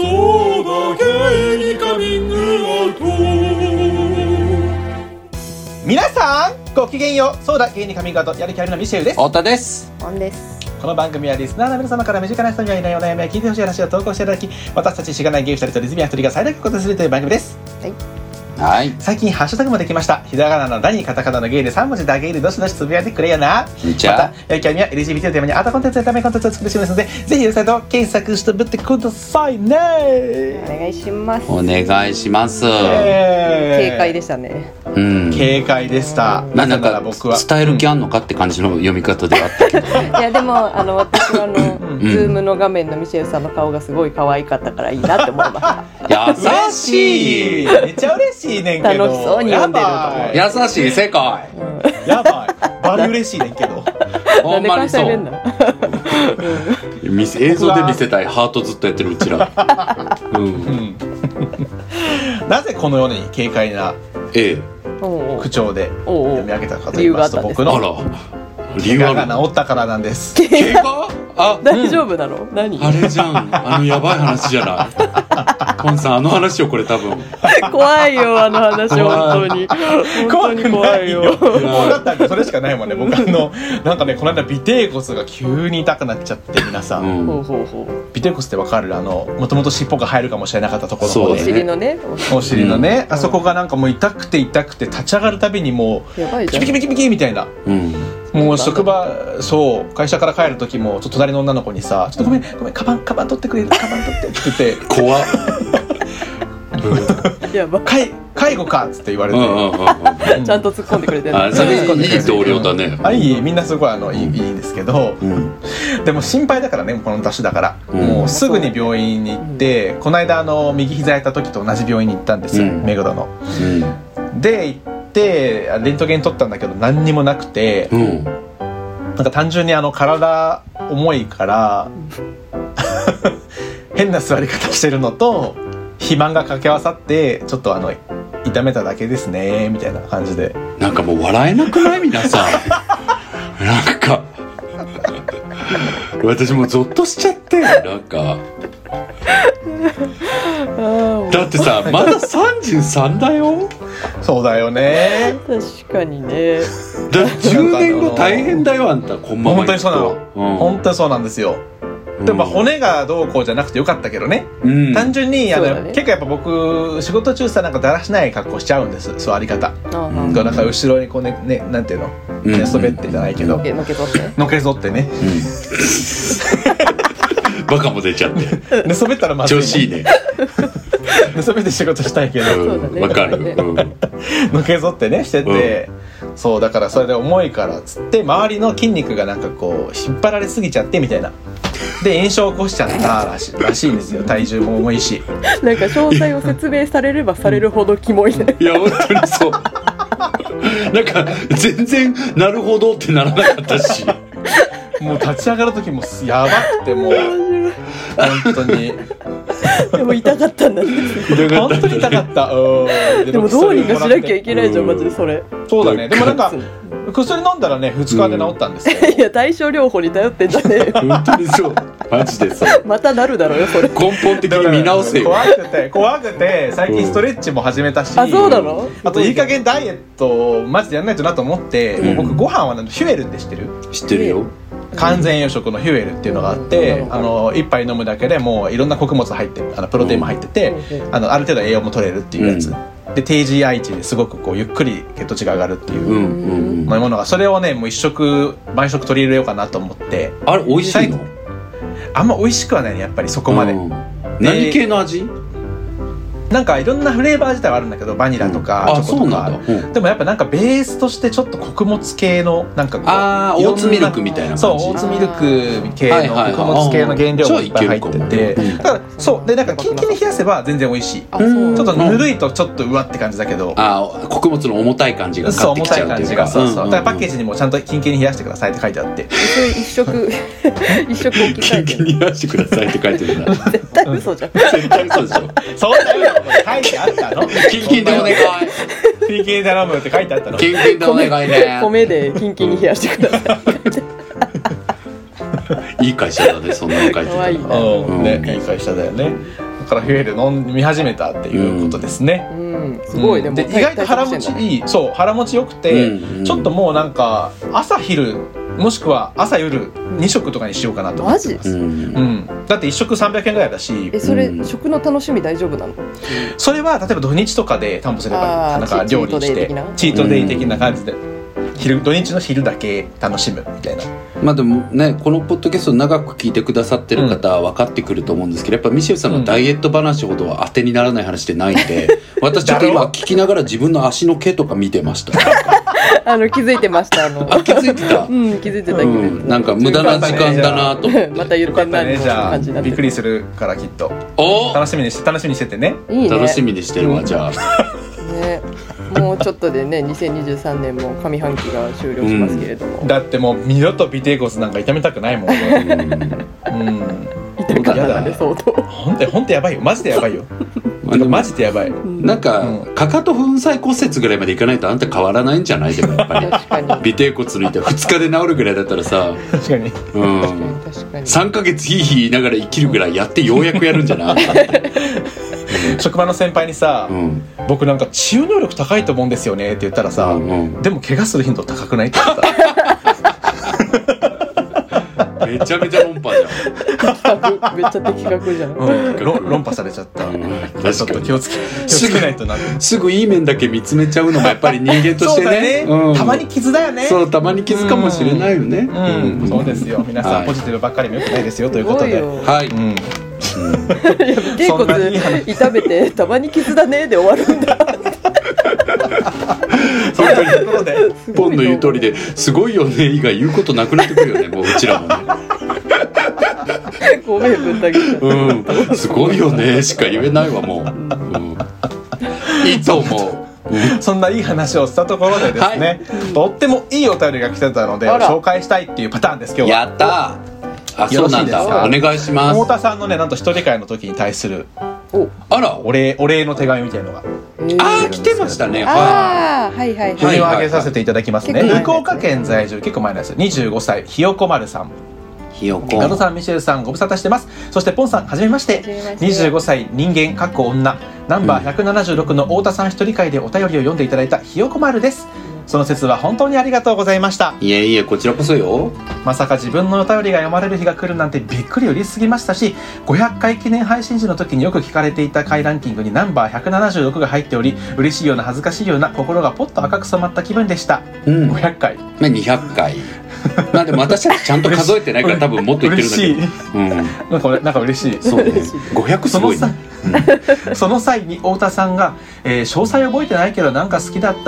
そうだゲイにカミングアウト。皆さんごきげんよう。そうだゲイにカミングアウトやる気ありのミシェルです。 太田です。 ワンです。 この番組はリスナーの皆様から身近な人にはいないお悩みや聞いてほしい話を投稿していただき、私たちしがないゲイ2人とレズビアン1人が最大ことするという番組です。 はい。 最近ハッシュタグもできました。ひらがなのダにカタカナのゲイで3文字だゲイでどしどしつぶやいてくれよな。 じゃあまたやる気ありは LGBT をテーマにアートコンテンツやためコンテンツを作るしますので、ぜひウェブサイトを検索してみてくださいね。 お願いします。 お願いします。 軽快でしたね。 軽快でした。 なんか僕は伝える気あんのかって感じの読み方ではあったけどいやでも私はズームの画面のミシェルさんの顔がすごい可愛かったからいいなって思いました。 優しい。 めっちゃ嬉しいねんけど。 楽しそうに読んでると思う。 優しい世界。 やばい。バリ嬉しいねんけど。 ほんまにそう。映像で見せたいハートずっとやってるうちら。 なぜこのように軽快な口調で読み上げたかと言いますと、僕の怪我が治ったからなんです。 怪我？ 大丈夫なの？何？ あれじゃん。やばい話じゃない。コンさん話をこれ多分。 怖いよ話本当に。本当に怖いよ。 もうだったらそれしかないもんね。僕なんかねこの間尾てい骨が急に痛くなっちゃって皆さん。尾てい骨ってわかる？もともと尻尾が入るかもしれなかったところのお尻のね。 お尻のね、あそこがなんかもう痛くて立ち上がるたびにもうキビキビキビキみたいな。もう職場会社から帰る時もちょっと隣の女の子にさ、ちょっとごめんカバン取ってくれる、カバン取ってって言って怖っやば介護かっつって言われて、 ちゃんと突っ込んでくれてる。 それいい同僚だね。 いい、みんなすごいいいんですけど、でも心配だからね、この年だから、もうすぐに病院に行って、この間右膝やった時と同じ病院に行ったんですよ、目黒の。で行ってレントゲン取ったんだけど何にもなくて、なんか単純に体重いから変な座り方してるのと肥満が掛け合わさってちょっと痛めただけですねみたいな感じで、 なんかもう笑えなくない皆さんなんか私もゾッとしちゃって、なんかだってさまだ33だよ。そうだよね。 確かにね。 だ10年後大変だよあんた。こんまま本当にそうなの、本当にそうなんですよ。でも骨がどうこうじゃなくてよかったけどね、単純に結構やっぱ僕仕事中さなんかだらしない格好しちゃうんです、座り方。なんか後ろにこうねなんていうの、寝そべってじゃないけどのけぞってねバカも出ちゃって寝そべったらまずい、 調子いいね寝そべって仕事したいけど、 わかる。 のけぞってねしてて、そうだからそれで重いからっつって周りの筋肉がなんかこう引っ張られすぎちゃってみたいなで炎症を起こしちゃったらしいんですよ。体重も重いし、 なんか詳細を説明されればされるほどキモいね。 いや本当にそうなんか全然なるほどってならなかったしもう立ち上がる時もやばくてもう本当にでも痛かったんだね。 本当に痛かった。 でもどうにかしなきゃいけないじゃんマジでそれ。 そうだね。でもなんか薬飲んだらね2日で治ったんですよ。 いや対症療法に頼ってんじゃねえよ。 本当にそうマジでそう。 またなるだろうよそれ。 根本的に見直せよ。 怖くて最近ストレッチも始めたし、 あそうなの。 あといい加減ダイエットマジでやんないとなと思って、もう僕ご飯はヒュエルって知ってる？ 知ってるよ。 完全栄養食のヒュエルっていうのがあって、一杯飲むだけでもういろんな穀物入ってプロテインも入ってて、ある程度栄養も取れるっていうやつ、で低 GI 値ですごくこうゆっくり血糖値が上がるっていう飲み物が、それをねもう毎食取り入れようかなと思って。 あれ美味しいの？ あんま美味しくはないねやっぱりそこまで。 何系の味？ なんかいろんなフレーバー自体はあるんだけどバニラとかチョコとか、でもやっぱなんかベースとしてちょっと穀物系のなんかこうオーツミルクみたいな感じ。 そうオーツミルク系の穀物系の原料がいっぱい入ってて、だからそうでなんかキンキンに冷やせば全然美味しい。ちょっとぬるいとちょっとうわって感じだけど、 穀物の重たい感じが勝ってきちゃうっていうか、 そうだからパッケージにもちゃんとキンキンに冷やしてくださいって書いてあって、 一食置き換えてキンキンに冷やしてくださいって書いてるんだ。 絶対嘘じゃん。 絶対嘘でしょ。 そうだよ書いてあったの。 キンキンでお願い。 キンキンで頼むって書いてあったの。 キンキンでお願いね。 米でキンキンに冷やしてください。 いい会社だねそんなの書いてたら。 いい会社だよね。 からフィエール飲み始めたっていうことですね。 すごいね。 で意外と腹持ちいい、そう腹持ちよくて、ちょっともうなんか朝昼もしくは朝夜2食とかにしようかなと思ってます。だって1食300円ぐらいだし。 それ食の楽しみ大丈夫なの？ それは例えば土日とかで担保すればなんか料理してチートデイ的な感じで土日の昼だけ楽しむみたいな。 まあでもね、このポッドキャスト長く聞いてくださってる方は分かってくると思うんですけど、やっぱミシェルさんのダイエット話ほどは当てにならない話ってないんで、私ちょっと今聞きながら自分の足の毛とか見てました。 気づいてました。 気づいてた。 気づいてたけど、 なんか無駄な時間だなと思って。 また言ってないね、 じゃあびっくりするからきっと。楽しみにしててね。 いいね。 楽しみにしてるわ、じゃあ。 ね。もうちょっとでね、2023年も上半期が終了しますけれども、 だってもう二度と尾てい骨なんか痛めたくないもん。 痛かったね、相当。 本当やばいよ、マジでやばいよ。マジでやばい。 なんか、かかと粉砕骨折ぐらいまでいかないとあんた変わらないんじゃない？でもやっぱり確かに尾てい骨抜いて2日で治るぐらいだったらさ、 確かに 3ヶ月ヒーヒー言いながら生きるぐらいやってようやくやるんじゃない？ 職場の先輩にさ、僕なんか治癒能力高いと思うんですよねって言ったらさ、でも怪我する頻度高くないって言っためちゃめちゃ論破じゃん。めっちゃ的確じゃん。 論破されちゃった。ちょっと気をつけないとな。 すぐいい面だけ見つめちゃうのもやっぱり人間としてね。 たまに傷だよね。 そう、たまに傷かもしれないよね。 そうですよ。皆さんポジティブばっかりもよくないですよということで。 はい。 尾てい骨痛めてたまに傷だねで終わるんだ。 そういうところでポンの言う通りですごいよね以外言うことなくなってくるよね、もううちらもね。 ごめんぶった切っちゃった。 すごいよねしか言えないわもう。いいと思う。 そんないい話をしたところでですね、とってもいいお便りが来てたので紹介したいっていうパターンです。今日はやったー。そうなんだ。お願いします。 太田さんのね、なんと一人会の時に対するお礼の手紙みたいなのが来てましたね。 はいはい。 読み上げさせていただきますね。福岡県在住、結構前のやつ、25歳ひよこ丸さん。 ひよこ。 ガドさん、ミシェルさん、ご無沙汰してます。そしてポンさん、はじめまして。25歳人間（女）ナンバー176の太田さん一人会でお便りを読んでいただいたひよこ丸です。その説は本当にありがとうございました。 いえいえ、こちらこそよ。 まさか自分のお便りが読まれる日が来るなんてびっくり嬉しすぎましたし、500回記念配信時の時によく聞かれていた回ランキングにナンバー176が入っており、嬉しいような恥ずかしいような心がポッと赤く染まった気分でした。500回、 まあ、200回まあでも私たちちゃんと数えてないから多分もっと言ってるんだけど、 なんか嬉しい。 そうね、500すごいね。 その際に太田さんが、詳細覚えてないけどなんか好きだった、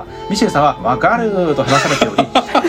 ミシェルさんは分かると話されており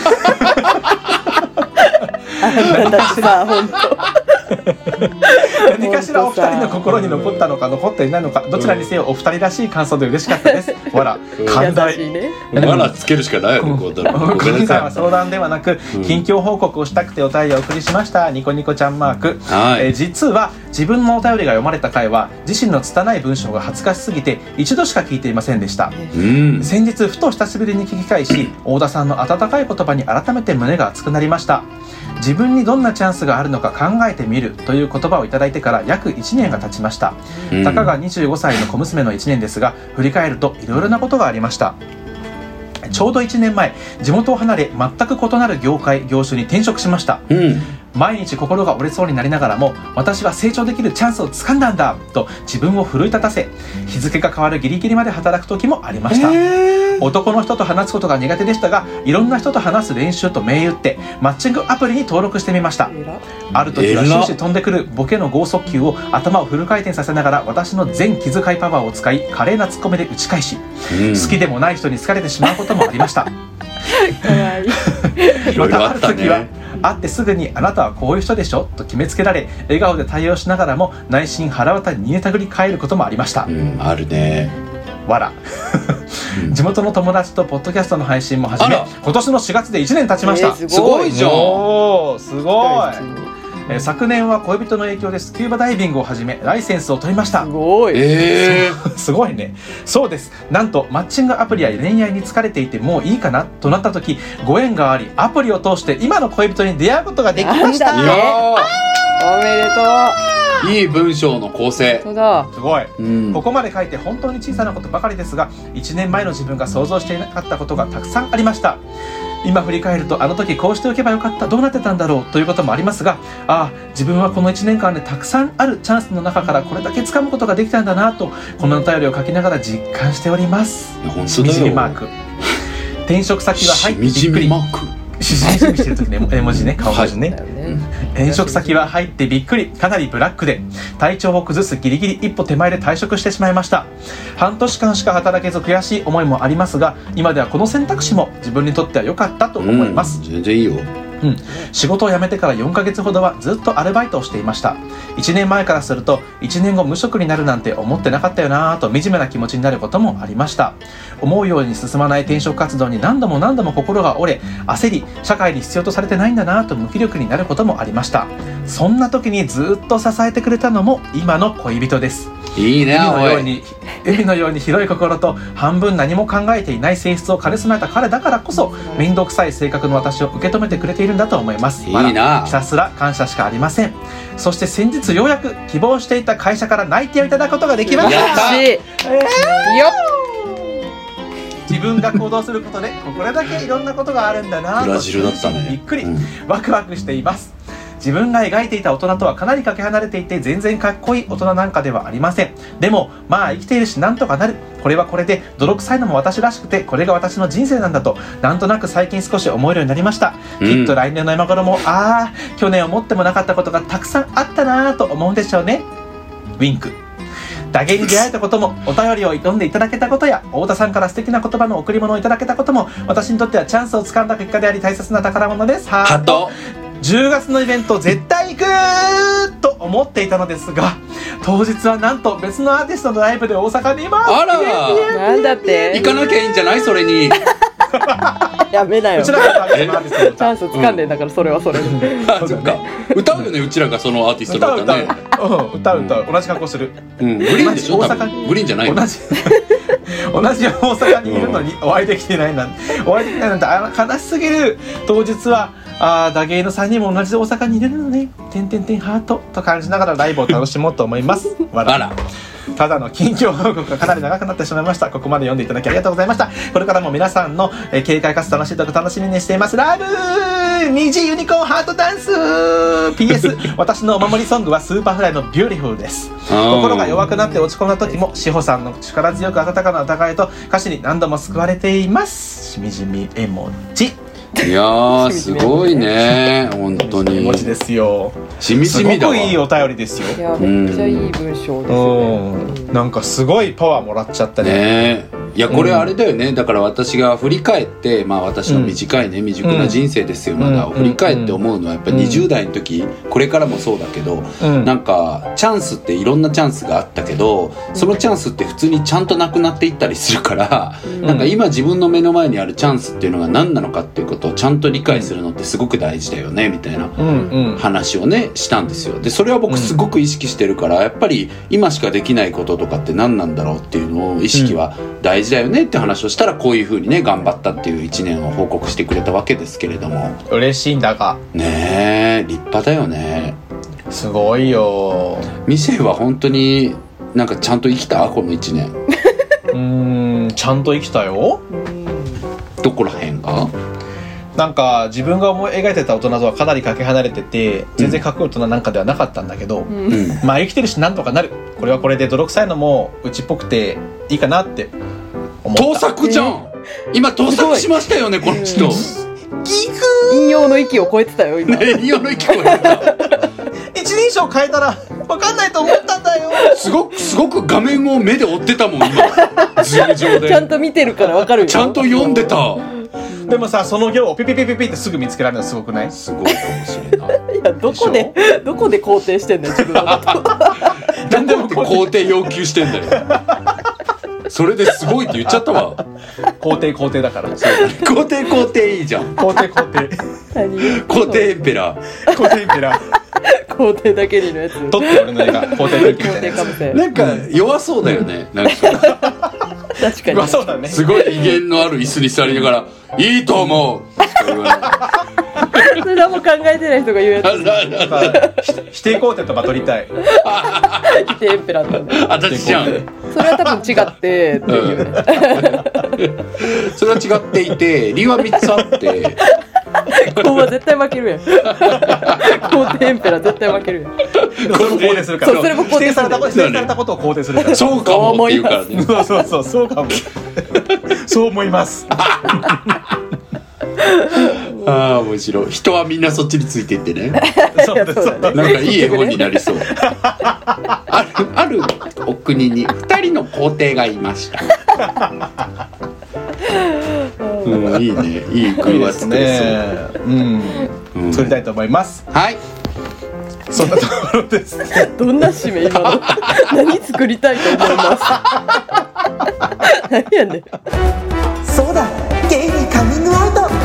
何かしらお二人の心に残ったのか残っていないのか、どちらにせよお二人らしい感想で嬉しかったです。わら寛大。 わらつけるしかないよね。 今回は相談ではなく近況報告をしたくてお便りをお送りしました。ニコニコちゃんマーク。実は自分のお便りが読まれた回は自身の拙い文章が恥ずかしすぎて一度しか聞いていませんでした。先日ふと久しぶりに聞き返し、太田さんの温かい言葉に改めて胸が熱くなりました。自分にどんなチャンスがあるのか考えてみるという言葉をいただいてから約1年が経ちました。たかが25歳の小娘の1年ですが、振り返るといろいろなことがありました。ちょうど1年前、地元を離れ全く異なる業種に転職しました。毎日心が折れそうになりながらも、私は成長できるチャンスをつかんだんだと自分を奮い立たせ、日付が変わるギリギリまで働く時もありました。男の人と話すことが苦手でしたが、いろんな人と話す練習と銘打ってマッチングアプリに登録してみました。ある時は終始飛んでくるボケの剛速球を頭をフル回転させながら、私の全気遣いパワーを使い華麗なツッコミで打ち返し、好きでもない人に好かれてしまうこともありました。またある時は会ってすぐにあなたはこういう人でしょと決めつけられ、笑顔で対応しながらも内心腹渡に煮えたぐり返ることもありました。 あるね。 わら地元の友達とポッドキャストの配信も始め、今年の4月で1年経ちました。 すごいじゃん。 すごい。昨年は恋人の影響でスキューバダイビングを始めライセンスを取りました。 すごい、 すごいね。そうです。なんとマッチングアプリや恋愛に疲れていてもういいかなとなった時、ご縁がありアプリを通して今の恋人に出会うことができました。 おめでとう。 いい文章の構成。 そうだ。 すごい、 うん、 ここまで書いて本当に小さなことばかりですが、1年前の自分が想像していなかったことがたくさんありました。今振り返ると、あの時こうしておけばよかった、どうなってたんだろうということもありますが、ああ、自分はこの1年間でたくさんあるチャンスの中からこれだけ掴むことができたんだなと、このお便りを書きながら実感しております。しみじみマーク。転職先は入ってびっくり。しみじみマーク。しみじみしてる時ね、絵文字ね、顔文字ね。転職先は入ってびっくり、かなりブラックで、体調を崩すギリギリ一歩手前で退職してしまいました。半年間しか働けず悔しい思いもありますが、今ではこの選択肢も自分にとっては良かったと思います。 全然いいよ。 仕事を辞めてから4ヶ月ほどはずっとアルバイトをしていました。1年前からすると、1年後無職になるなんて思ってなかったよなぁと惨めな気持ちになることもありました。思うように進まない転職活動に何度も心が折れ、焦り、社会に必要とされてないんだなぁと無気力になることもありました。そんな時にずっと支えてくれたのも今の恋人です。 いいね。 海のように広い心と半分何も考えていない性質を兼ね備えた彼だからこそ、面倒くさい性格の私を受け止めてくれているんだと思います。 いいな。 ひたすら感謝しかありません。そして先日ようやく希望していた会社から内定をいただくことができました。 よっ、 自分が行動することでこれだけいろんなことがあるんだなと、 ブラジルだったね。 びっくり、ワクワクしています。自分が描いていた大人とはかなりかけ離れていて、全然かっこいい大人なんかではありません。でもまあ生きているしなんとかなる。これはこれで泥臭いのも私らしくて、これが私の人生なんだと、なんとなく最近少し思えるようになりました。きっと来年の今頃も去年思ってもなかったことがたくさんあったなと思うんでしょうね。ウィンク。打芸に出会えたことも、お便りを読んでいただけたことや、太田さんから素敵な言葉の贈り物をいただけたことも、私にとってはチャンスをつかんだ結果であり大切な宝物です。 ハート。 10月のイベント絶対行くと思っていたのですが、当日はなんと別のアーティストのライブで大阪にいます。 あら、 なんだって行かなきゃいいんじゃない、それに。 やめなよ。 うちらがチャンス掴んでんだから、それはそれで。 そっか。歌うよね、うちらがそのアーティストだったね。 歌う同じ格好する。 グリーンでしょ。大阪グリーンじゃないよ。 同じ大阪にいるのにお会いできてないなんて悲しすぎる。当日は打芸の3人も同じで大阪にいれるのね、ハートと感じながらライブを楽しもうと思います。 あら、 ただの近況報告がかなり長くなってしまいました。ここまで読んでいただきありがとうございました。これからも皆さんの軽快かつ楽しいとこ楽しみにしています。ラブ虹ユニコーンハートダンス PS 私のお守りソングはスーパーフライのビューティフルです。心が弱くなって落ち込んだ時も、志保さんの力強く温かな歌声と歌詞に何度も救われています。しみじみ絵文字。 いやー、すごいね、本当に。 絵文字ですよ。 しみじみだわ。 すごくいいお便りですよ。 いや、めっちゃいい文章ですよね。 なんかすごいパワーもらっちゃったね。 いや、これあれだよね。だから私が振り返って、まあ私の短いね、未熟な人生ですよ、まだ。振り返って思うのはやっぱり20代の時、これからもそうだけど、なんかチャンスっていろんなチャンスがあったけど、そのチャンスって普通にちゃんとなくなっていったりするから、なんか今自分の目の前にあるチャンスっていうのが何なのかっていうことをちゃんと理解するのってすごく大事だよね、みたいな話をね、したんですよ。で、それは僕すごく意識してるから、やっぱり今しかできないこととかって何なんだろうっていうのを意識は大事だよねって話をしたら、こういう風にね頑張ったっていう1年を報告してくれたわけですけれども、 嬉しいんだがねえ、立派だよね。 すごいよ。 ミシェは本当になんかちゃんと生きた、この1 年。ちゃんと生きたよ。 どこら辺が？ なんか自分が思い描いてた大人とはかなりかけ離れてて、全然かっこいい大人なんかではなかったんだけど、まあ生きてるしなんとかなる。これはこれで泥臭いのもうちっぽくていいかなって思った。 盗作じゃん。今盗作しましたよね、この人。 引用の域を超えてたよ今。 引用の域超えてた。 一人称変えたら分かんないと思ったんだよ。 すごく画面を目で追ってたもん今。ズーム上でちゃんと見てるから分かるよ。 ちゃんと読んでた。 でもさ、その行をピピピピピってすぐ見つけられるのすごくない？ すごいかもしれない。 いや、どこで肯定してんの自分のこと。 何でも肯定要求してんだよ。それですごいって言っちゃったわ。 肯定だから。 肯定いいじゃん。 肯定。 肯定エンペラー。 肯定だけにのやつ。 撮って俺の映画肯定だけみたいなやつ。 なんか弱そうだよね。なんか確かに。 弱そうだね。 すごい威厳のある椅子に座りながらいいと思う。 それ何も考えてない人が言うやつ。 なんか否定肯定とバトりたい。 否定エンペラーなんだ。 私じゃん。 それは多分違ってっていうね。 それは違っていて理由は3つあってこうは絶対負けるやん。肯定エンペラー絶対負けるやん。 それも肯定するから。 そうそれも肯定する。 否定されたことを肯定するから。 そうかもって言うからね。 そうかも。そう思います。 ああ面白い。人はみんなそっちについていってね。 そうです。 なんかいい絵本になりそう。あるお国に2人の皇帝がいました。うん、いいね。いい国は作れそう。 うん。作りたいと思います。 はい。 そんなところです。 どんな締め今の？何作りたいと思います。何やねん。 そうだ、ゲイにカミングアウト。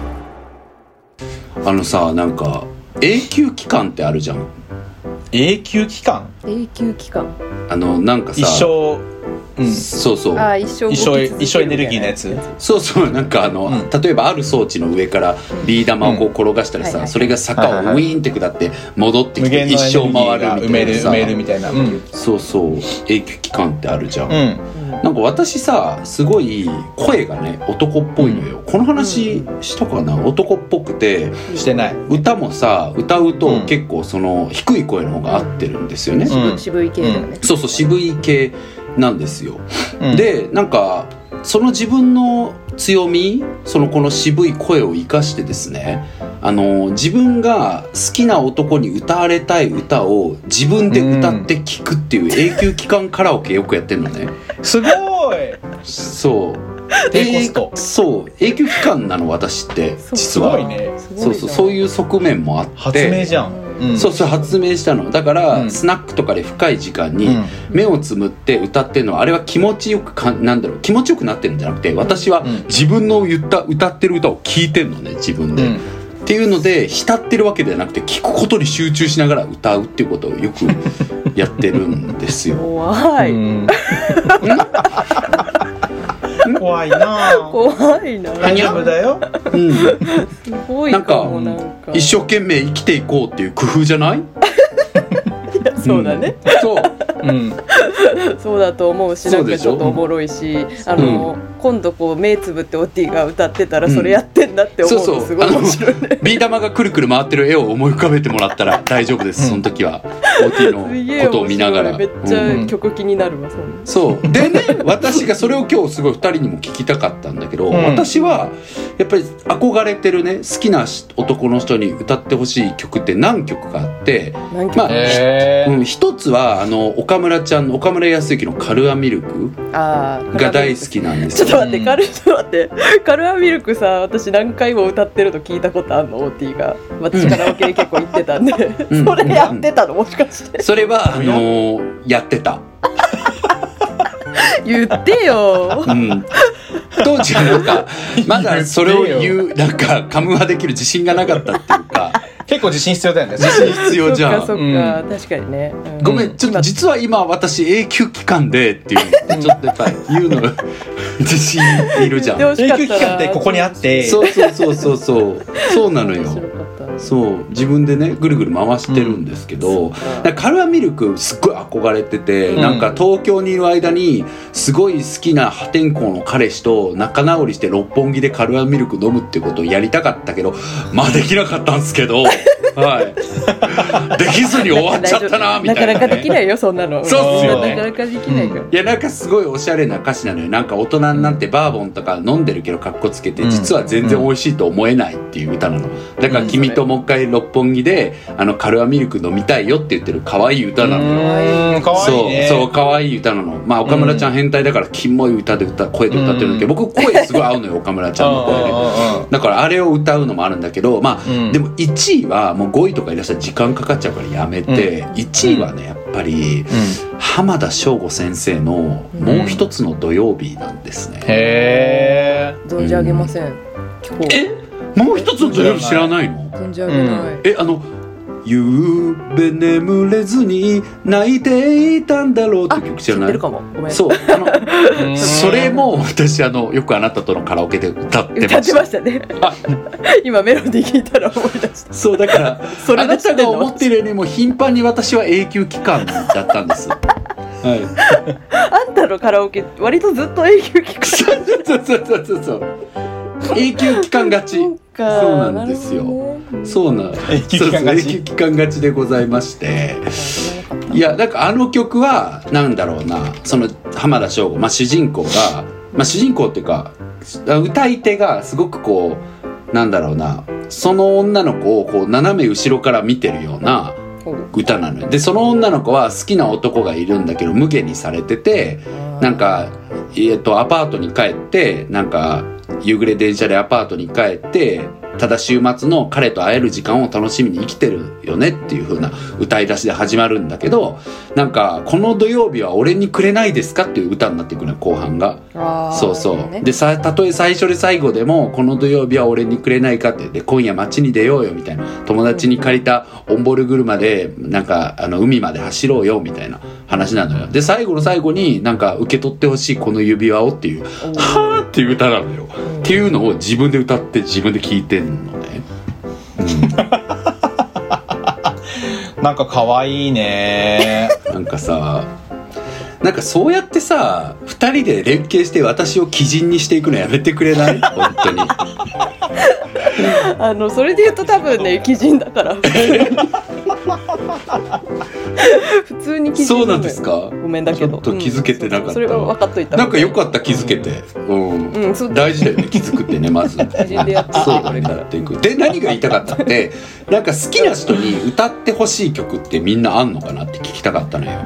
さなんか永久期間ってあるじゃん。 永久期間？ 永久期間。 なんかさ。 一生。うん、 そうそう。 あ、一生エネルギーのやつ。 そうそうなんか例えばある装置の上からビー玉をこう転がしたらさ、それが坂をウィーンって下って戻ってきて一生回るみたいなさ。 埋めるみたいな。 そうそう永久期間ってあるじゃん。なんか私さすごい声がね男っぽいのよ。この話したかな。男っぽくてしてない。 歌もさ歌うと結構その低い声の方が合ってるんですよね。 渋い系だよね。 そうそう渋い系なんですよ。でなんかその自分の強みこの渋い声を生かしてですね自分が好きな男に歌われたい歌を自分で歌って聴くっていう永久期間カラオケよくやってんのね。 すごい。 そう低コスト。 そう永久期間なの私って実は。 すごいね。 そういう側面もあって発明じゃん。 そう発明したのだから、スナックとかで深い時間に目をつむって歌ってるのはあれは気持ちよく気持ちよくなってるんじゃなくて私は自分の歌ってる歌を聴いてるのね自分で、っていうので浸ってるわけではなくて聴くことに集中しながら歌うっていうことをよくやってるんですよ。 怖い。 怖いな。 怖いな。 大丈夫だよ。 すごいかもなんか一生懸命生きていこうっていう工夫じゃない？ そうだね。 そう。 そうだと思うしなんかちょっとおもろいし今度こう目つぶってオッティが歌ってたらそれやってんだって思うとすごい面白いね。 ビー玉がくるくる回ってる絵を思い浮かべてもらったら大丈夫です。その時はオッティのことを見ながらめっちゃ曲気になるわ。 そうでね私がそれを今日すごい2人にも聞きたかったんだけど、私はやっぱり憧れてるね好きな男の人に歌ってほしい曲って何曲かあって一つは岡村康之のカルアミルクが大好きなんですよ。 ちょっと待ってカルアミルクさ私何回も歌ってるの聞いたことあるの。オーティが私カラオケに結構行ってたんでそれやってたのもしかして。 それはやってた。 言ってよ。 当時はなんかまだそれを言うなんかカムはできる自信がなかったっていうか結構自信必要だよね。 自信必要じゃん。 そっか確かにね。 ごめんちょっと実は今私永久期間でっていうちょっとやっぱ言うの自信いるじゃん。 永久期間ってここにあってそうなのよ。そう自分でねぐるぐる回してるんですけど、カルアミルクすっごい憧れてて、なんか東京にいる間にすごい好きな破天荒の彼氏と仲直りして六本木でカルアミルク飲むってことをやりたかったけどできなかったんですけどできずに終わっちゃったなみたいな、 なかなかできないよそんなの。 そうっすよなかなかできないよ。 いやなんかすごいおしゃれな歌詞なのよ。なんか大人になってバーボンとか飲んでるけどカッコつけて実は全然美味しいと思えないっていう歌なの。だから君ともう一回六本木でカルアミルク飲みたいよって言ってる可愛い歌なのよ。 可愛いね。 そう可愛い歌なの。岡村ちゃん変態だからキモい声で歌ってるんだけど、僕声すごい合うのよ岡村ちゃんの声で。だからあれを歌うのもあるんだけどでも1位はもう5位とかいらっしゃる時間かかっちゃうからやめて、1位はねやっぱり浜田省吾先生のもう一つの土曜日なんですね。 へー。 存じ上げません。 もう一つの土曜日知らないの？ 存じ上げない。 夕べ眠れずに泣いていたんだろうって曲じゃない？ 知ってるかも。ごめん。 そうそれも私よくあなたとのカラオケで歌ってましたね。今メロディー聞いたら思い出した。 そうだからそれあなたが思ってるよりも頻繁に私は永久期間だったんです。はい、 あんたのカラオケ割とずっと永久期間。 そう永久期間勝ち。そうなんですよ。そうなん永久期間勝ちでございまして、いやなんかあの曲はなんだろうな、その浜田省吾、主人公が、主人公っていうか歌い手がすごくこうなんだろうな、その女の子をこう斜め後ろから見てるような歌なのよ。でその女の子は好きな男がいるんだけど無下にされてて、なんかアパートに帰ってなんか夕暮れ電車でアパートに帰ってただ週末の彼と会える時間を楽しみに生きてるよねっていう風な歌い出しで始まるんだけど、なんかこの土曜日は俺にくれないですかっていう歌になっていくのよ後半が。そうそう、ね、でたとえ最初で最後でもこの土曜日は俺にくれないかって、で今夜街に出ようよみたいな、友達に借りたオンボル車でなんか海まで走ろうよみたいな話なのよ。で最後の最後になんか受け取ってほしいこの指輪をっていうはーっていう歌なのよ、っていうのを自分で歌って自分で聴いてんのね、 なんか可愛いね。 なんかさ、なんかそうやってさ2人で連携して私を鬼人にしていくのやめてくれない？本当にそれで言うと多分ね鬼人だから普通に鬼人。 そうなんですか？ ごめんだけどちょっと気づけてなかった、 それは分かっといた。 なんかよかった気づけて、大事だよね気づくってねまず鬼人でやってそうだねやっていく。で何が言いたかったってなんか好きな人に歌ってほしい曲ってみんなあんのかなって聞きたかったのよ。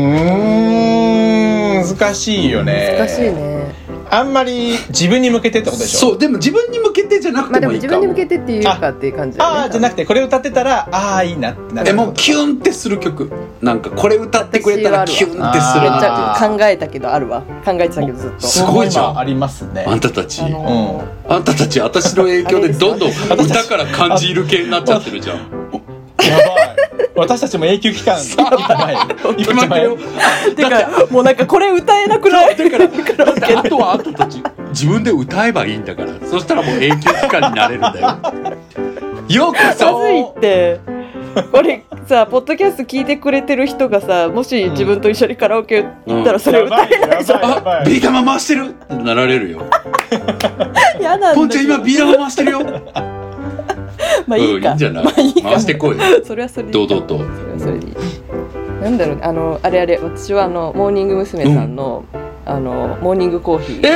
難しいよね。 難しいね。 あんまり自分に向けてってことでしょ。 そうでも自分に向けてじゃなくてもいいかも。 でも自分に向けてっていうかっていう感じだね。 じゃなくてこれ歌ってたらいいなってなる。 もうキュンってする曲、なんかこれ歌ってくれたらキュンってするめっちゃ考えたけどあるわ。考えてたけどずっと。 すごいじゃん。 ありますね。 あんたたち、あんたたち私の影響でどんどん歌から感じる系になっちゃってるじゃん。 やばい。私たちも永久期間一歩前よ。 てかもうなんかこれ歌えなくない？ だからあとはあんたたち自分で歌えばいいんだから。そしたらもう永久期間になれるんだよ。よくさ、 まずいってこれさポッドキャスト聞いてくれてる人がさ、もし自分と一緒にカラオケ行ったらそれ歌えないじゃん。 ビー玉回してるってなられるよ。 やだ。 ポンちゃん今ビー玉回してるよ。 まあいいか、 いいんじゃない？ いい回してこいよ。 それはそれで堂々と。 それはそれでいい。なんだろう、あれ私はモーニング娘。さんの、モーニングコーヒー。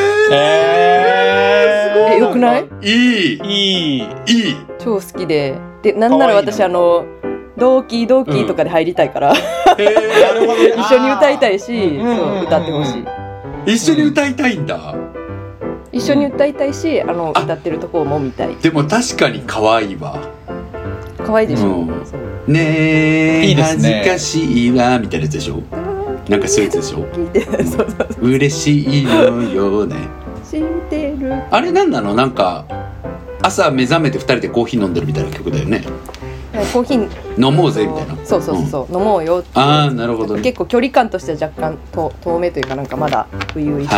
すごい。 よくない？ いい。 超好きで、なんなら私同期とかで入りたいから、一緒に歌いたいし、そう歌ってほしい。 一緒に歌いたいんだ。 一緒に歌いたいし、歌ってるところも見たい。 でも確かに可愛いわ。 可愛いでしょ。 ねえ、 いいですね。 恥ずかしいわみたいなやつでしょ。なんかそういうやつでしょ。嬉しいのよね。 知ってる。 あれなんなの？なんか朝目覚めて2人でコーヒー飲んでるみたいな曲だよね。 コーヒー飲もうぜみたいな。 そう、飲もうよ。 ああなるほどね。 結構距離感としては若干遠めというか、なんかまだ初々しい。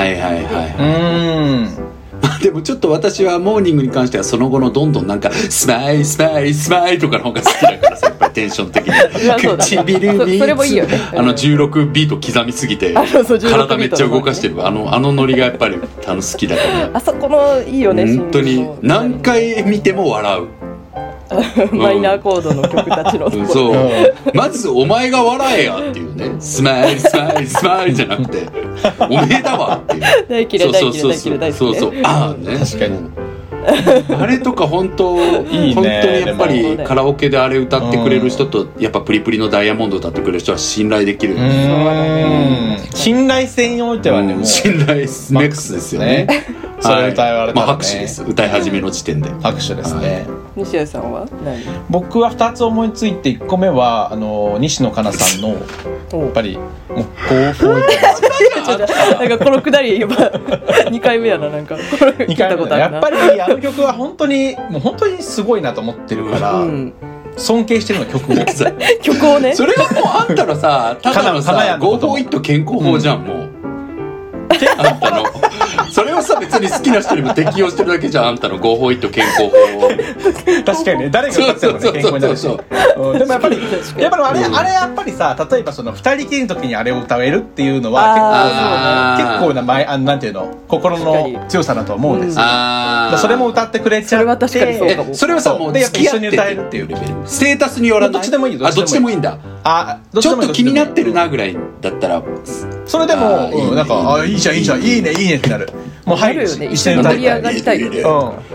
でもちょっと私はモーニングに関してはその後のどんどんなんかスマイルとかの方が好きだからさ、やっぱりテンション的に唇にそれもいいよね。 16ビート刻みすぎて体めっちゃ動かしてるあのノリがやっぱり好きだから。 あそこのいいよね。 本当に何回見ても笑う。 マイナーコードの曲たちのそうまずお前が笑えやっていうね。スマイルじゃなくておめえだわっていう。 大嫌い大好きね。 そうああね、 確かにあれとか本当にやっぱりカラオケであれ歌ってくれる人とやっぱプリプリのダイヤモンド歌ってくれる人は信頼できる。 信頼性においてはね、もう信頼メックスですよね。 それ歌われたらね、 拍手です。歌い始めの時点で拍手ですね。 西谷さんは何？ 僕は2つ思いついて、1個目は西野カナさんのやっぱりもうなんかこのくだり今2回目やな。なんか 2回目やっぱりあの曲は本当にもう本当にすごいなと思ってるから、 尊敬してるの曲を曲をね。 それはもうあんたのさただのさ合法一途健康法じゃん、もうあんたのそれはさ別に好きな人にも適用してるだけじゃん、あんたの合法一途健康法確かにね、誰が歌ってもね健康になるし、でもやっぱりあれやっぱりさ、例えばその二人きりの時にあれを歌えるっていうのは結構ななんていうの、心の強さだと思うんですよ。それも歌ってくれちゃって、それは確かにそうかも。それはさもう付き合っててっていうレベル、ステータスによらない、どっちでもいい、どっちでもいいんだ。ちょっと気になってるなぐらいだったらそれでもなんかいいじゃんいいじゃんいいねいいねってなる。もう入るし一緒に盛り上がりたいよね。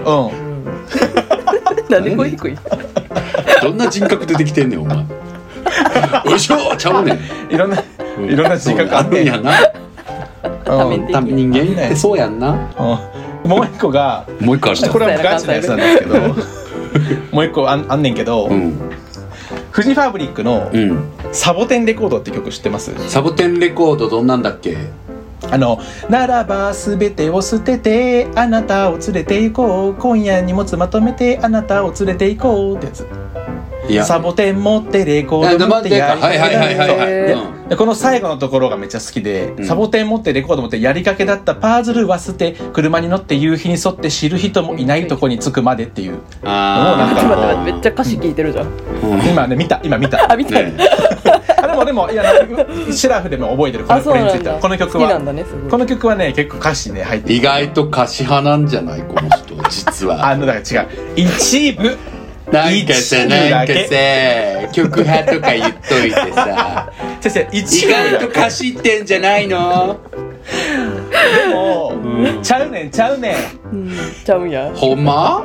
なんで声低い？ どんな人格出てきてんねんお前。おいしょちゃうねん。 いろんな人格あるんやな。人間ってそうやんな。 もう一個がもう一個ある。 これはガチなやつなんですけど、もう一個あんねんけど、フジファブリックのサボテンレコードって曲知ってます？ サボテンレコードどんなんだっけ？ ならばすべてを捨ててあなたを連れて行こう、今夜荷物まとめてあなたを連れて行こうってやつ。サボテン持ってレコード持ってやりかけでこの最後のところがめっちゃ好きで、サボテン持ってレコード持ってやりかけだったパーズルは捨て車に乗って夕日に沿って知る人もいないとこに着くまでっていう。 なんかめっちゃ歌詞聞いてるじゃん。 今見た見たでもいやシラフでも覚えてるこれについては。この曲はこの曲はね結構歌詞ね入ってる。 意外と歌詞派なんじゃないこの人実は。 だから違う、一部なんかさ曲派とか言っといてさ意外と歌詞ってんじゃないの。 でも、ちゃうねん、ちゃうんや。 ほんま？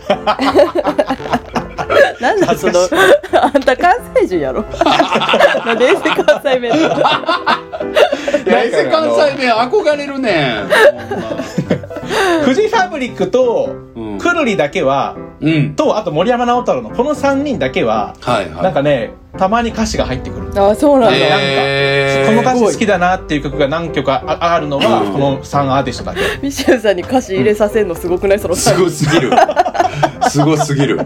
なんだそのあんた関西人やろ。なんで関西弁なの？ 関西弁憧れるねん。 フジファブリックとくるりだけは、とあと森山直太朗のこの3人だけは、なんかねたまに歌詞が入ってくる。 そうなんだ。 なんかこの歌詞好きだなっていう曲が何曲かあるのはこの3アーティストだけ。 ミシェルさんに歌詞入れさせるのすごくない？そのすごすぎる。すごすぎる。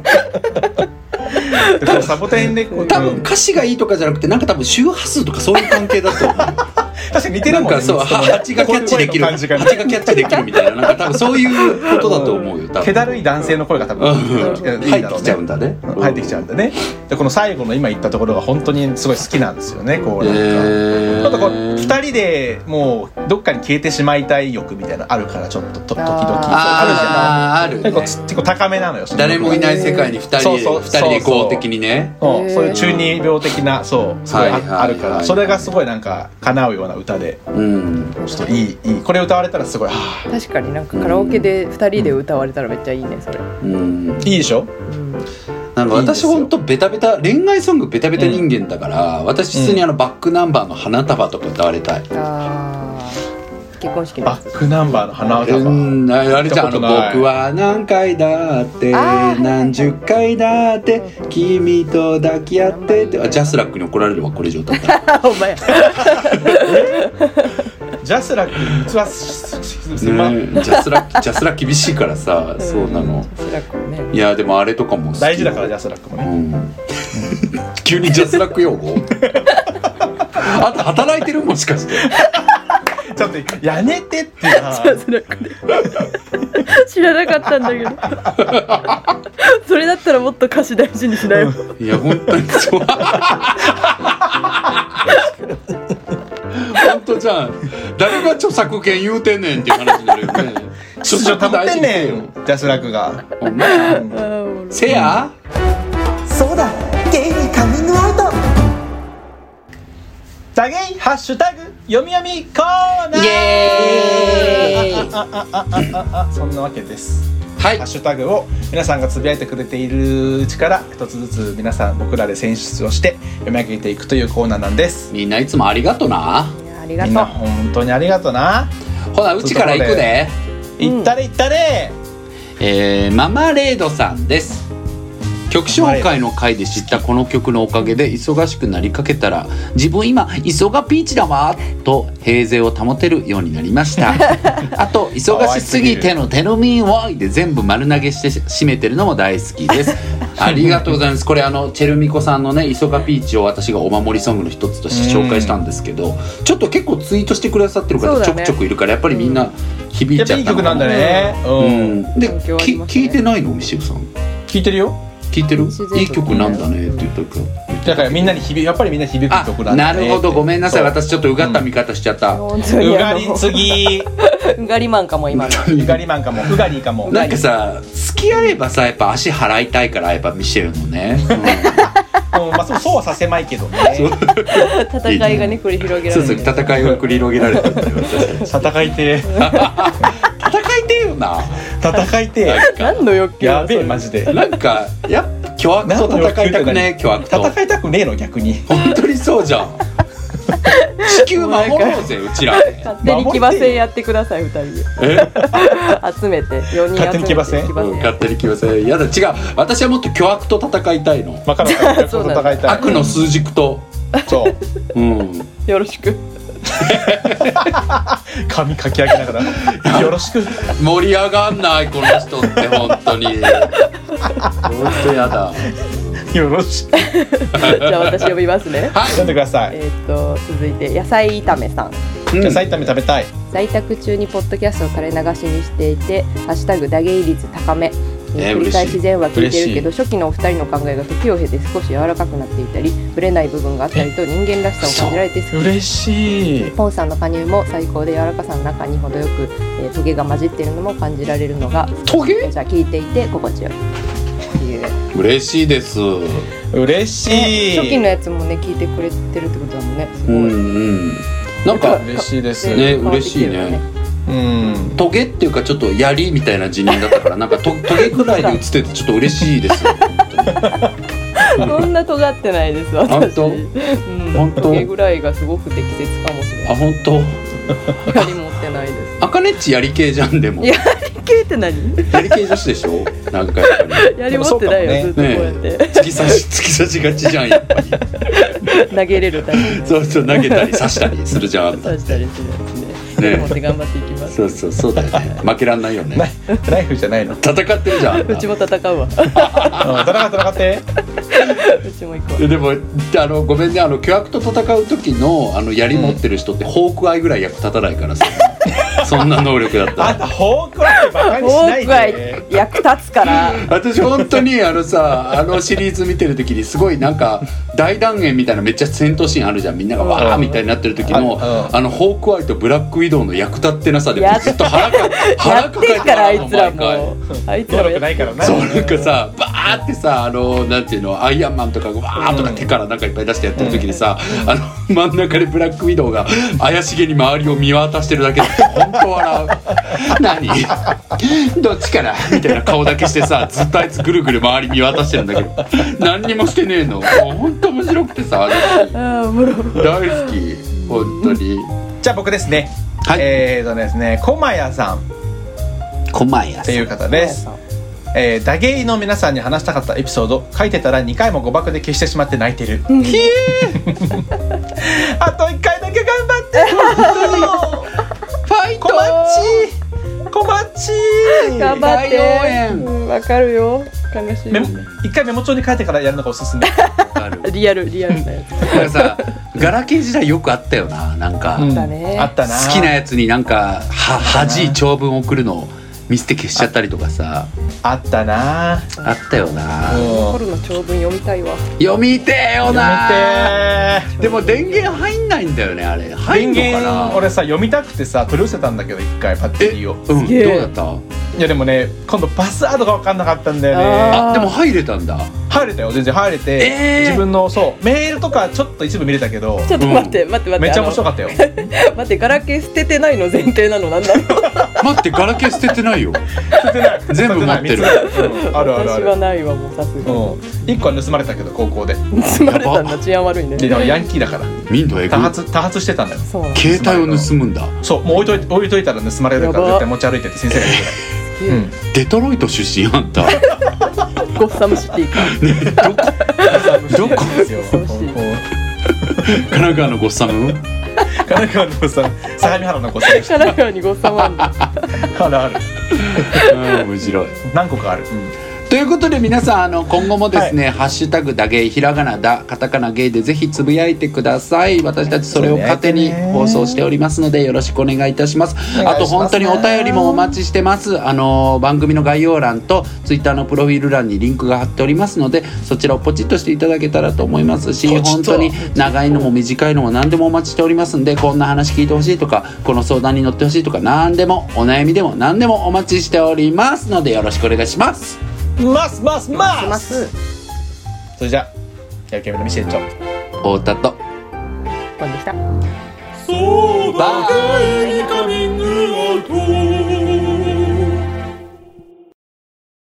サボテンレコード多分歌詞がいいとかじゃなくてなんか多分周波数とかそういう関係だと思う。 確かに似てるもんね。 なんかそう蜂がキャッチできる蜂がキャッチできるみたいな、なんか多分そういうことだと思うよ。多分気だるい男性の声が多分入ってきちゃうんだね。 入ってきちゃうんだね。でこの最後の今言ったところが本当にすごい好きなんですよね。こうなんかあとこう2人でもうどっかに消えてしまいたい欲みたいなのあるから、ちょっと時々 あるじゃん。 結構高めなのよ。 誰もいない世界に2人で合法的にね。 そういう中二病的なすごいあるから、それがすごいなんか叶うような歌で、ちょっといいこれ歌われたらすごい。 確かになんかカラオケで2人で歌われたらめっちゃいいねそれ。 いいでしょ。 なんか私ほんとベタベタ恋愛ソングベタベタ人間だから、私普通にバックナンバーの花束とか歌われたい。 結婚式のバックナンバーの花束、 あれじゃん、僕は何回だって何十回だって君と抱き合ってって。ジャスラックに怒られるわこれ以上歌ったら。 お前ジャスラック実はジャスラ厳しいからさ、そうなの。いやでもあれとかも大事だからジャスラックもね。 急にジャスラック用語。あんた働いてるもしかして。 ちょっとやめてってな。 知らなかったんだけど。それだったらもっと歌詞大事にしないよ。 いや本当にそう。本当じゃん。誰が著作権言うてんねんっていう話になるよね。 秩序保ってんねんジャスラックが。 せや。 そうだ、ゲイにカミングアウト。 ザゲイハッシュタグ読み読みコーナー。イエーイ。そんなわけです。ハッシュタグを皆さんがつぶやいてくれているうちから一つずつ皆さん僕らで選出をして読み上げていくというコーナーなんです。 みんないつもありがとな。 ありがとう。 みんな本当にありがとな。 ほなうちから行くで。 行ったれ行ったれ。 ママレードさんです。 曲紹介の回で知ったこの曲のおかげで忙しくなりかけたら自分今忙がピーチだわと平静を保てるようになりましたあと忙しすぎてのテルミンワイで全部丸投げして締めてるのも大好きですありがとうございます。これチェルミコさんのね磯がピーチを私がお守りソングの一つとして紹介したんですけど、ちょっと結構ツイートしてくださってる方ちょくちょくいるからやっぱりみんな響いちゃったのかな。 やっぱいい曲なんだね。 で聞いてないのミシェルさん？ 聞いてるよ。 聞いてる？いい曲なんだねって言ったから。 だからみんなにやっぱりみんな響く曲なんだね。 なるほど、ごめんなさい。私ちょっとうがった見方しちゃった。 本当にうがり次。 うがりマンかも今の。 うがりマンかも。うがりかも。 なんかさ、付き合えばさやっぱ足払いたいからやっぱミシェルのね。 まあそうはさせまいけどね。 戦いがね繰り広げられる。 そう戦いが繰り広げられてるんだよ。 戦いて。 戦いてえよな。 戦いて。 何の欲求？ やべえマジで。 なんかやっぱ巨悪と戦いたくね、巨悪と。 戦いたくねえの逆に。 本当にそうじゃん。地球守ろうぜうちら。 勝手に騎馬戦やってください2人で。集めて4人集めて。 勝手に騎馬戦。 勝手に騎馬戦。やだ違う。私はもっと巨悪と戦いたいの。 わかる。巨悪と戦いたい。 悪の数軸と。 そう。 うん。 よろしく。 髪かき上げながらよろしく。 盛り上がんないこの人って本当に。本当やだ。 よろしく。 じゃあ私呼びますね。 はい。読んでください。 続いて野菜炒めさん。 野菜炒め食べたい。 在宅中にポッドキャストを垂れ流しにしていてハッシュタグ打芸率高め。繰り返し前話聞いてるけど初期のお二人の考えが時を経て少し柔らかくなっていたりぶれない部分があったりと人間らしさを感じられて好き。 嬉しい。 ポンさんの加入も最高で柔らかさの中に程よく、トゲが混じっているのも感じられるのがトゲ？ じゃあ聞いていて心地よいっていう。 嬉しいです。 嬉しい。 初期のやつもね聞いてくれてるってことだもんね。すごい。 なんか嬉しいですね。嬉しいね。トゲっていうかちょっと槍みたいな辞任だったからなんかトゲくらいで映っててちょっと嬉しいですそんな尖ってないです私。 本当？本当？ トゲぐらいがすごく適切かもしれない。 あ本当？ 槍持ってないです。 あかねっち槍系じゃんでも。 槍系って何？ 槍系女子でしょ？なんかやっぱり。 槍持ってないよ、ずっとこうやって。 突き刺しがちじゃんやっぱり。 投げれるタイプ。 そう投げたり刺したりするじゃん。 刺したりするやつね。持って頑張っていきます。 そうだよね。負けらんないよね。 ナイフじゃないの。 戦ってるじゃん。 うちも戦うわ。 戦って。 うちも行こう。 でもごめんね巨悪と戦う時の槍持ってる人ってホークアイぐらい役立たないからさ。そんな能力だったら。 あんたホークアイバカにしないで。 ホークアイ役立つから。 私本当にシリーズ見てる時にすごいなんか大団円みたいなめっちゃ戦闘シーンあるじゃん。みんながわーみたいになってる時のホークアイとブラックウィドウの役立ってなさでずっと腹抱えてやってんからあいつらも。あいつらもないからな。 そうなんかさバーってさなんていうのアイアンマンとかがわーとか手からなんかいっぱい出してやってる時にさ真ん中でブラックウィドウが怪しげに周りを見渡してるだけで本当笑う。何どっちからみたいな顔だけしてさずっとあいつぐるぐる周り見渡してるんだけど何にもしてねえの。もう本当面白くてさ大好き本当に。 じゃあ僕ですね。はい。ですね小マヤさんっていう方です。ダゲイの皆さんに話したかったエピソード書いてたら2回も誤爆で消してしまって泣いてる。あと1回だけ頑張ってファイト小町頑張ってわかるよ。悲しい。 1回メモ帳に書いてからやるのがおすすめ。 リアルなやつ。 なんかさガラケー時代よくあったよな。なんかあったね。 あったな。 好きなやつになんか恥い長文送るの見捨て消しちゃったりとかさあったな。 あったよな。 コルの長文読みたいわ。 読みてえよな。でも電源入んないんだよねあれ。入んのかな。 俺さ読みたくてさ取り寄せたんだけど1回パッテリーを。 どうだった？いやでもね今度パスワードが分かんなかったんだよね。 あでも入れたんだ。 入れたよ全然入れて、自分のそうメールとかちょっと一部見れたけど。 ちょっと待ってめっちゃ面白かったよ。 待ってガラケー捨ててないの前提なのなんだろう。 待ってガラケー捨ててないよ。 捨ててない全部持ってる。 あるあるある。 私はないわもうさすがに。 1個は盗まれたけど高校で。 盗まれたんだ。治安悪いね。 でヤンキーだから民度エグ。 多発してたんだよ。 携帯を盗むんだ。 そうもう置いといたら盗まれるから絶対持ち歩いてって先生が言うぐらい。 デトロイト出身あんた。 ゴッサムシティか。 どこですよ。 ゴッサムシティ神奈川のゴッサム？ 神奈川のゴッサム、相模原のゴッサム。 神奈川にゴッサムあんの。 あるある。 面白い。 何個かある。 ということで皆さん今後もですね、ハッシュタグだゲイ、ひらがなだカタカナゲイでぜひつぶやいてください。私たちそれを糧に放送しておりますのでよろしくお願いいたします。あと本当にお便りもお待ちしてます。番組の概要欄とツイッターのプロフィール欄にリンクが貼っておりますので、そちらをポチッとしていただけたらと思いますし、本当に長いのも短いのも何でもお待ちしておりますんで、こんな話聞いてほしいとかこの相談に乗ってほしいとか、何でもお悩みでも何でもお待ちしておりますのでよろしくお願いします。 ます。それじゃあ、やる気ありのミシェルチョ、 太田とパンでした。 バイ。